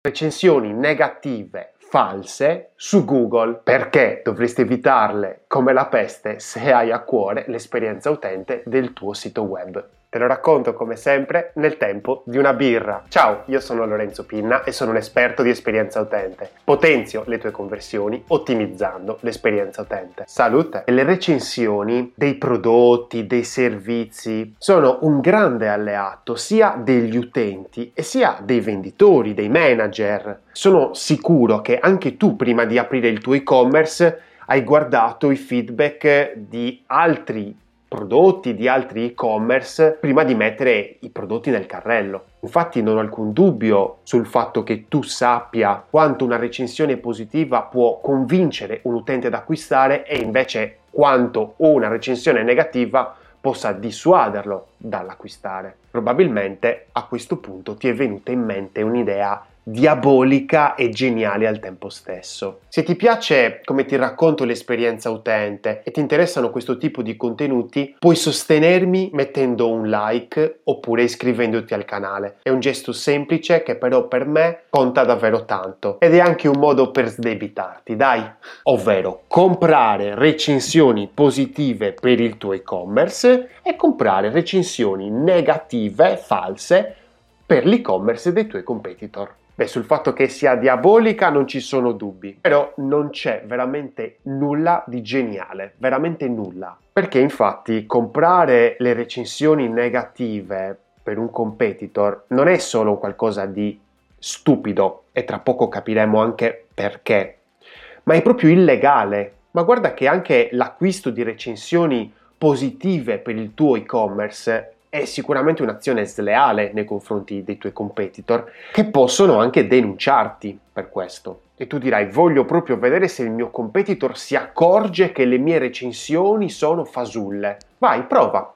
recensioni negative false su Google, perché dovresti evitarle come la peste se hai a cuore l'esperienza utente del tuo sito web. Te lo racconto come sempre nel tempo di una birra. Ciao, io sono Lorenzo Pinna e sono un esperto di esperienza utente. Potenzio le tue conversioni ottimizzando l'esperienza utente. Salute! Le recensioni dei prodotti, dei servizi sono un grande alleato sia degli utenti e sia dei venditori, dei manager. Sono sicuro che anche tu prima di aprire il tuo e-commerce hai guardato i feedback di altri prodotti, di altri e-commerce prima di mettere i prodotti nel carrello. Infatti non ho alcun dubbio sul fatto che tu sappia quanto una recensione positiva può convincere un utente ad acquistare e invece quanto una recensione negativa possa dissuaderlo dall'acquistare. Probabilmente a questo punto ti è venuta in mente un'idea diabolica e geniale al tempo stesso. Se ti piace come ti racconto l'esperienza utente e ti interessano questo tipo di contenuti, puoi sostenermi mettendo un like oppure iscrivendoti al canale. È un gesto semplice che però per me conta davvero tanto ed è anche un modo per sdebitarti, dai! Ovvero comprare recensioni positive per il tuo e-commerce e comprare recensioni negative, false, per l'e-commerce dei tuoi competitor. Beh, sul fatto che sia diabolica non ci sono dubbi, però non c'è veramente nulla di geniale, veramente nulla. Perché infatti comprare le recensioni negative per un competitor non è solo qualcosa di stupido, e tra poco capiremo anche perché, ma è proprio illegale. Ma guarda che anche l'acquisto di recensioni positive per il tuo e-commerce è sicuramente un'azione sleale nei confronti dei tuoi competitor che possono anche denunciarti per questo. E tu dirai, voglio proprio vedere se il mio competitor si accorge che le mie recensioni sono fasulle. Vai, prova!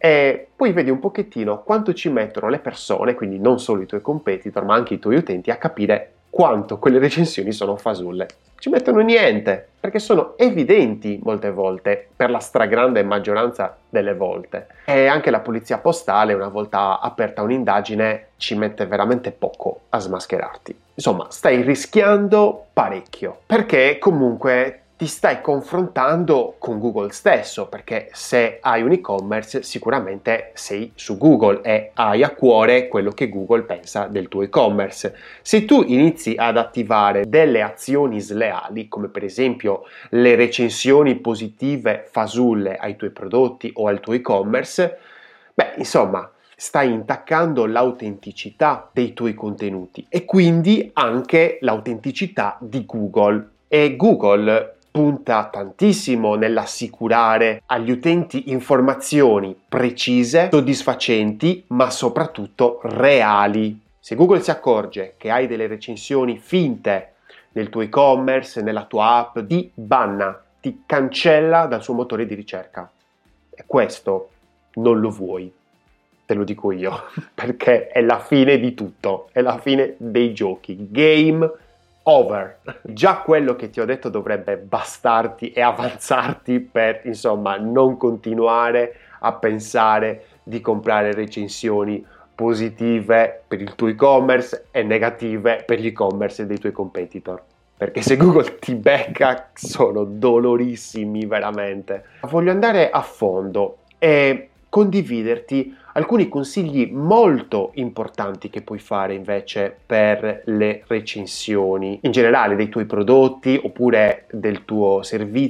E poi vedi un pochettino quanto ci mettono le persone, quindi non solo i tuoi competitor ma anche i tuoi utenti, a capire quanto quelle recensioni sono fasulle. Ci mettono niente, perché sono evidenti molte volte, per la stragrande maggioranza delle volte. E anche la polizia postale, una volta aperta un'indagine, ci mette veramente poco a smascherarti. Insomma, stai rischiando parecchio, perché comunque ti stai confrontando con Google stesso, perché se hai un e-commerce sicuramente sei su Google e hai a cuore quello che Google pensa del tuo e-commerce. Se tu inizi ad attivare delle azioni sleali, come per esempio le recensioni positive fasulle ai tuoi prodotti o al tuo e-commerce, beh, insomma, stai intaccando l'autenticità dei tuoi contenuti e quindi anche l'autenticità di Google. E Google punta tantissimo nell'assicurare agli utenti informazioni precise, soddisfacenti, ma soprattutto reali. Se Google si accorge che hai delle recensioni finte nel tuo e-commerce, nella tua app, ti banna, ti cancella dal suo motore di ricerca. E questo non lo vuoi, te lo dico io, perché è la fine di tutto, è la fine dei giochi. Game over. Già quello che ti ho detto dovrebbe bastarti e avanzarti per, insomma, non continuare a pensare di comprare recensioni positive per il tuo e-commerce e negative per gli e-commerce dei tuoi competitor. Perché se Google ti becca sono dolorissimi veramente. Voglio andare a fondo e condividerti alcuni consigli molto importanti che puoi fare invece per le recensioni in generale dei tuoi prodotti oppure del tuo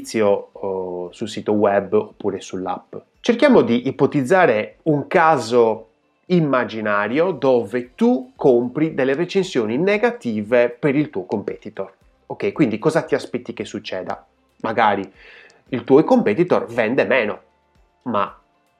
servizio sul sito web oppure sull'app. Cerchiamo di ipotizzare un caso immaginario dove tu compri delle recensioni negative per il tuo competitor. Ok, quindi cosa ti aspetti che succeda? Magari il tuo competitor vende meno, ma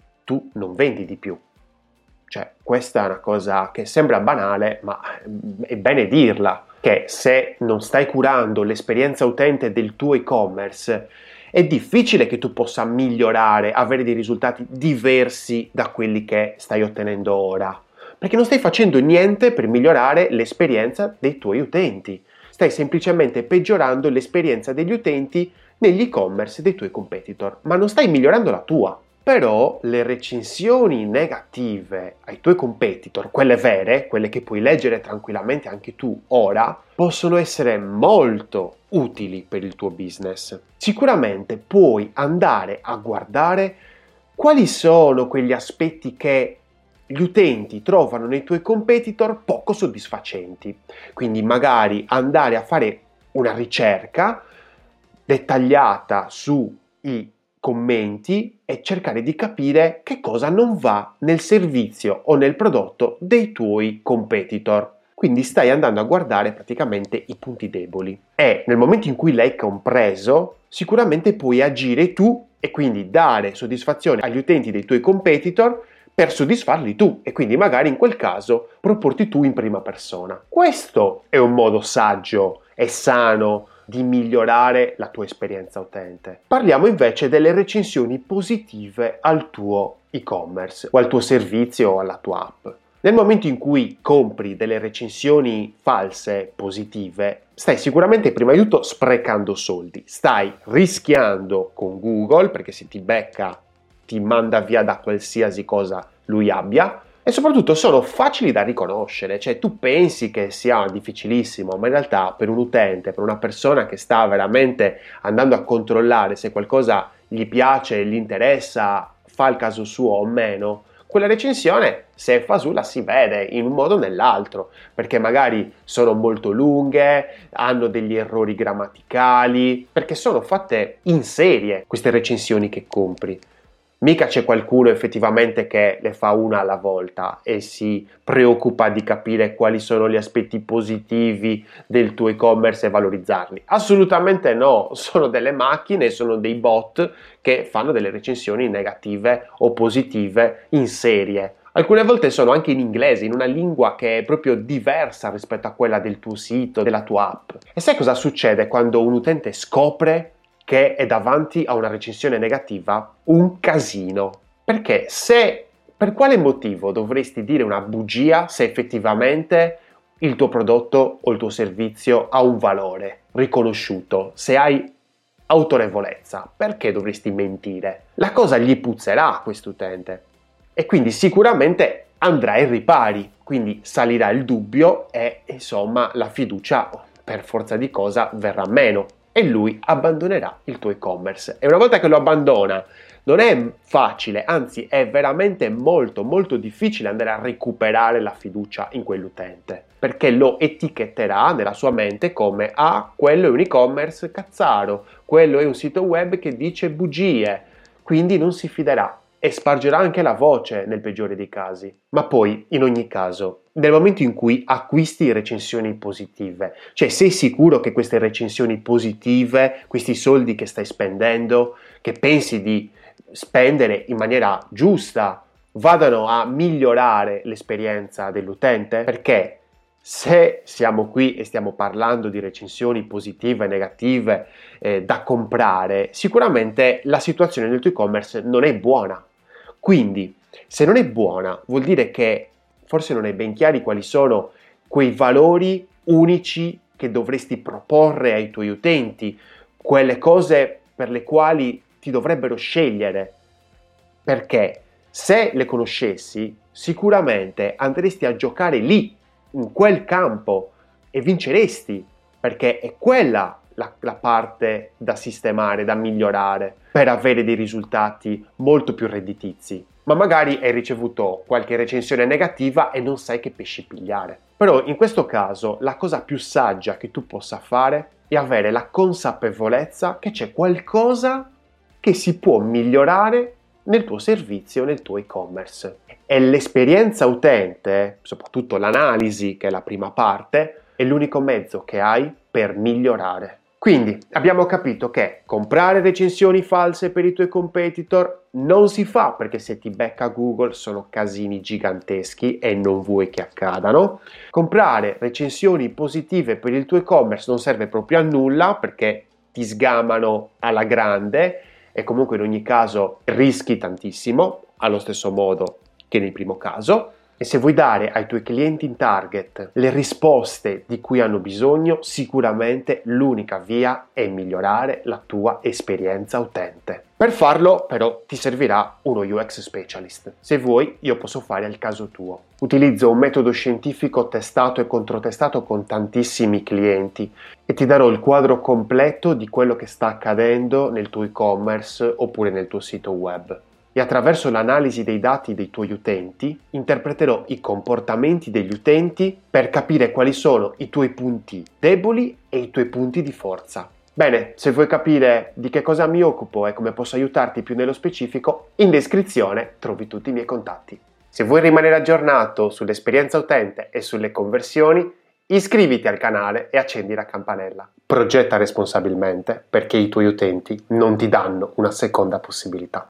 tu non vendi di più. Cioè, questa è una cosa che sembra banale, ma è bene dirla, che se non stai curando l'esperienza utente del tuo e-commerce, è difficile che tu possa migliorare, avere dei risultati diversi da quelli che stai ottenendo ora, perché non stai facendo niente per migliorare l'esperienza dei tuoi utenti. Stai semplicemente peggiorando l'esperienza degli utenti negli e-commerce dei tuoi competitor, ma non stai migliorando la tua. Però le recensioni negative ai tuoi competitor, quelle vere, quelle che puoi leggere tranquillamente anche tu ora, possono essere molto utili per il tuo business. Sicuramente puoi andare a guardare quali sono quegli aspetti che gli utenti trovano nei tuoi competitor poco soddisfacenti. Quindi magari andare a fare una ricerca dettagliata sui commenti e cercare di capire che cosa non va nel servizio o nel prodotto dei tuoi competitor. Quindi stai andando a guardare praticamente i punti deboli e nel momento in cui l'hai compreso, sicuramente puoi agire tu e quindi dare soddisfazione agli utenti dei tuoi competitor per soddisfarli tu e quindi magari in quel caso proporti tu in prima persona. Questo è un modo saggio e sano di migliorare la tua esperienza utente. Parliamo invece delle recensioni positive al tuo e-commerce o al tuo servizio o alla tua app. Nel momento in cui compri delle recensioni false positive, stai sicuramente prima di tutto sprecando soldi, stai rischiando con Google perché se ti becca ti manda via da qualsiasi cosa lui abbia e soprattutto sono facili da riconoscere, cioè tu pensi che sia difficilissimo, ma in realtà per un utente, per una persona che sta veramente andando a controllare se qualcosa gli piace, gli interessa, fa il caso suo o meno, quella recensione, se è fasulla, si vede in un modo o nell'altro, perché magari sono molto lunghe, hanno degli errori grammaticali, perché sono fatte in serie queste recensioni che compri. Mica c'è qualcuno effettivamente che le fa una alla volta e si preoccupa di capire quali sono gli aspetti positivi del tuo e-commerce e valorizzarli. Assolutamente no, sono delle macchine, sono dei bot che fanno delle recensioni negative o positive in serie. Alcune volte sono anche in inglese, in una lingua che è proprio diversa rispetto a quella del tuo sito, della tua app. E sai cosa succede quando un utente scopre che è davanti a una recensione negativa? Un casino. Perché per quale motivo dovresti dire una bugia se effettivamente il tuo prodotto o il tuo servizio ha un valore riconosciuto, se hai autorevolezza? Perché dovresti mentire? La cosa gli puzzerà a quest'utente e quindi sicuramente andrà ai ripari, quindi salirà il dubbio e insomma la fiducia per forza di cosa verrà meno e lui abbandonerà il tuo e-commerce. E una volta che lo abbandona non è facile, anzi è veramente molto molto difficile andare a recuperare la fiducia in quell'utente, perché lo etichetterà nella sua mente come quello è un e-commerce cazzaro, quello è un sito web che dice bugie, quindi non si fiderà e spargerà anche la voce nel peggiore dei casi. Ma poi, in ogni caso, nel momento in cui acquisti recensioni positive, cioè sei sicuro che queste recensioni positive, questi soldi che stai spendendo, che pensi di spendere in maniera giusta, vadano a migliorare l'esperienza dell'utente? Perché se siamo qui e stiamo parlando di recensioni positive e negative da comprare, sicuramente la situazione nel tuo e-commerce non è buona. Quindi, se non è buona, vuol dire che forse non hai ben chiari quali sono quei valori unici che dovresti proporre ai tuoi utenti, quelle cose per le quali ti dovrebbero scegliere. Perché se le conoscessi, sicuramente andresti a giocare lì, in quel campo, e vinceresti, perché è quella la parte da sistemare, da migliorare, per avere dei risultati molto più redditizi. Ma magari hai ricevuto qualche recensione negativa e non sai che pesci pigliare. Però in questo caso la cosa più saggia che tu possa fare è avere la consapevolezza che c'è qualcosa che si può migliorare nel tuo servizio, nel tuo e-commerce. E l'esperienza utente, soprattutto l'analisi, che è la prima parte, è l'unico mezzo che hai per migliorare. Quindi abbiamo capito che comprare recensioni false per i tuoi competitor non si fa perché se ti becca Google sono casini giganteschi e non vuoi che accadano. Comprare recensioni positive per il tuo e-commerce non serve proprio a nulla perché ti sgamano alla grande e comunque in ogni caso rischi tantissimo, allo stesso modo che nel primo caso. E se vuoi dare ai tuoi clienti in target le risposte di cui hanno bisogno, sicuramente l'unica via è migliorare la tua esperienza utente. Per farlo, però, ti servirà uno UX specialist. Se vuoi, io posso fare al caso tuo. Utilizzo un metodo scientifico testato e controtestato con tantissimi clienti e ti darò il quadro completo di quello che sta accadendo nel tuo e-commerce oppure nel tuo sito web. E attraverso l'analisi dei dati dei tuoi utenti interpreterò i comportamenti degli utenti per capire quali sono i tuoi punti deboli e i tuoi punti di forza. Bene, se vuoi capire di che cosa mi occupo e come posso aiutarti più nello specifico, in descrizione trovi tutti i miei contatti. Se vuoi rimanere aggiornato sull'esperienza utente e sulle conversioni, iscriviti al canale e accendi la campanella. Progetta responsabilmente perché i tuoi utenti non ti danno una seconda possibilità.